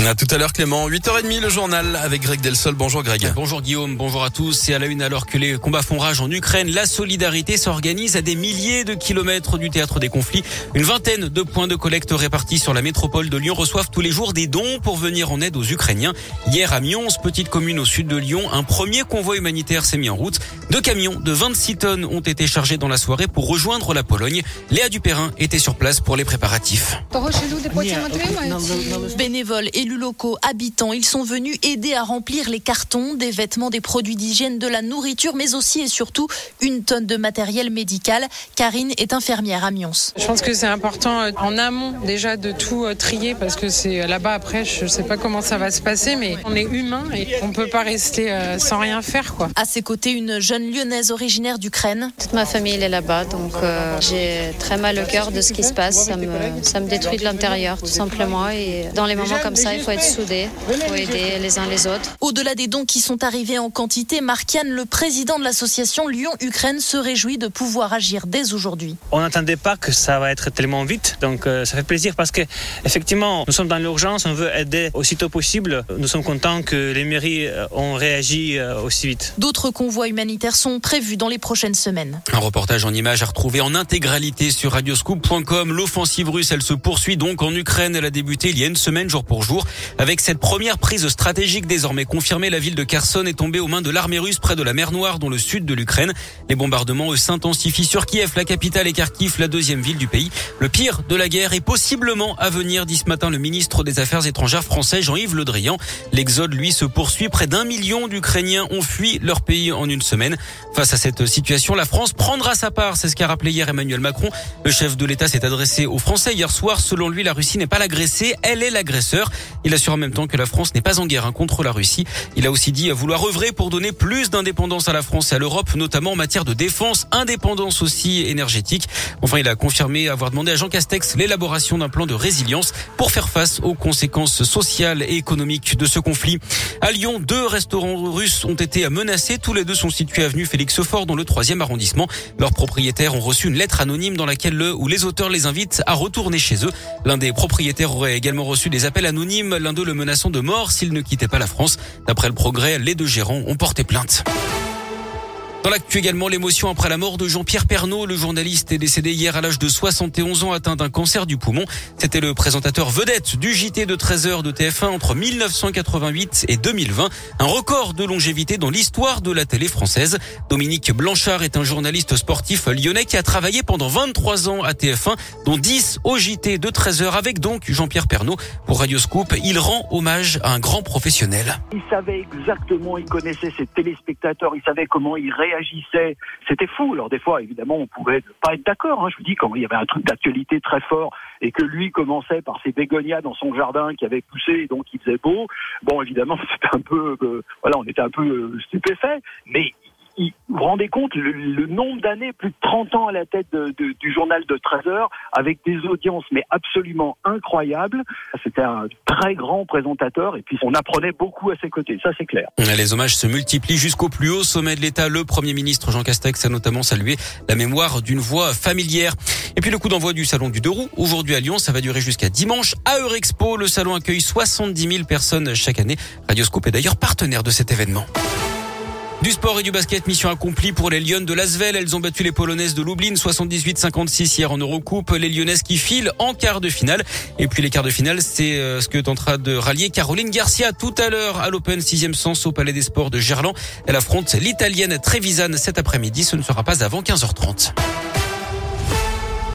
À tout à l'heure Clément, 8h30 le journal avec Greg Delsol. Bonjour Greg. Bonjour Guillaume, bonjour à tous. Et à la une, alors que les combats font rage en Ukraine, la solidarité s'organise à des milliers de kilomètres du théâtre des conflits. Une vingtaine de points de collecte répartis sur la métropole de Lyon reçoivent tous les jours des dons pour venir en aide aux Ukrainiens. Hier à Mions, petite commune au sud de Lyon, un premier convoi humanitaire s'est mis en route. 2 camions de 26 tonnes ont été chargés dans la soirée pour rejoindre la Pologne. Léa Dupérin était sur place pour les préparatifs. Bénévoles, élus locaux, habitants, ils sont venus aider à remplir les cartons, des vêtements, des produits d'hygiène, de la nourriture, mais aussi et surtout 1 tonne de matériel médical. Karine est infirmière à Mions. Je pense que c'est important en amont déjà de tout trier parce que c'est là-bas après, je ne sais pas comment ça va se passer, mais on est humain et on ne peut pas rester sans rien faire, quoi. À ses côtés, une jeune lyonnaise originaire d'Ukraine. Toute ma famille elle est là-bas, donc j'ai très mal au cœur de ce qui se passe. Ça me détruit de l'intérieur tout simplement, et dans les moments comme ça, il faut être soudés, il faut aider les uns les autres. Au-delà des dons qui sont arrivés en quantité, Marc-Yann, le président de l'association Lyon-Ukraine, se réjouit de pouvoir agir dès aujourd'hui. On n'attendait pas que ça va être tellement vite, donc ça fait plaisir parce que effectivement, nous sommes dans l'urgence, on veut aider aussitôt possible. Nous sommes contents que les mairies ont réagi aussi vite. D'autres convois humanitaires sont prévus dans les prochaines semaines. Un reportage en images à retrouver en intégralité sur radioscoop.com. L'offensive russe, elle se poursuit donc en Ukraine. Elle a débuté il y a une semaine, jour pour jour. Avec cette première prise stratégique désormais confirmée, la ville de Kherson est tombée aux mains de l'armée russe près de la mer Noire, dans le sud de l'Ukraine. Les bombardements, eux, s'intensifient sur Kiev, la capitale, et Kharkiv, la deuxième ville du pays. Le pire de la guerre est possiblement à venir, dit ce matin le ministre des Affaires étrangères français, Jean-Yves Le Drian. L'exode, lui, se poursuit. Près d'1 million d'Ukrainiens ont fui leur pays en une semaine. Face à cette situation, la France prendra sa part. C'est ce qu'a rappelé hier Emmanuel Macron. Le chef de l'État s'est adressé aux Français hier soir. Selon lui, la Russie n'est pas l'agressée, elle est l'agresseur. Il assure en même temps que la France n'est pas en guerre contre la Russie. Il a aussi dit vouloir œuvrer pour donner plus d'indépendance à la France et à l'Europe, notamment en matière de défense, indépendance aussi énergétique. Enfin, il a confirmé avoir demandé à Jean Castex l'élaboration d'un plan de résilience pour faire face aux conséquences sociales et économiques de ce conflit. À Lyon, 2 restaurants russes ont été menacés. Tous les 2 sont situés avenue Félix Faure dans le 3e arrondissement. Leurs propriétaires ont reçu une lettre anonyme dans laquelle le ou les auteurs les invitent à retourner chez eux. L'un des propriétaires aurait également reçu des appels anonymes, l'un d'eux le menaçant de mort s'il ne quittait pas la France. D'après le Progrès, les 2 gérants ont porté plainte. Dans l'actu également, l'émotion après la mort de Jean-Pierre Pernaut. Le journaliste est décédé hier à l'âge de 71 ans, atteint d'un cancer du poumon. C'était le présentateur vedette du JT de 13h de TF1 entre 1988 et 2020. Un record de longévité dans l'histoire de la télé française. Dominique Blanchard est un journaliste sportif lyonnais qui a travaillé pendant 23 ans à TF1, dont 10 au JT de 13h avec donc Jean-Pierre Pernaut. Pour Radioscoop, il rend hommage à un grand professionnel. Il savait exactement, il connaissait ses téléspectateurs, il savait comment ils réagissaient. C'était fou. Alors des fois, évidemment, on pouvait pas être d'accord. Je vous dis, quand il y avait un truc d'actualité très fort et que lui commençait par ses bégonias dans son jardin qui avaient poussé et donc il faisait beau. Bon, évidemment, c'était un peu, on était un peu stupéfaits. Mais vous vous rendez compte le nombre d'années, plus de 30 ans à la tête du journal de 13h, avec des audiences mais absolument incroyables. C'était un très grand présentateur et puis on apprenait beaucoup à ses côtés, ça c'est clair. Les hommages se multiplient jusqu'au plus haut sommet de l'État. Le Premier ministre Jean Castex a notamment salué la mémoire d'une voix familière. Et puis le coup d'envoi du salon du 2 roues, aujourd'hui à Lyon, ça va durer jusqu'à dimanche à Eurexpo. Le salon accueille 70 000 personnes chaque année. Radioscoop est d'ailleurs partenaire de cet événement. Du sport et du basket, mission accomplie pour les Lyonnes de Lasvel. Elles ont battu les Polonaises de Lublin 78-56 hier en Eurocoupe. Les Lyonnaises qui filent en quart de finale. Et puis les quarts de finale, c'est ce que tentera de rallier Caroline Garcia tout à l'heure à l'Open 6e sens au Palais des Sports de Gerland. Elle affronte l'Italienne Trevisan cet après-midi. Ce ne sera pas avant 15h30.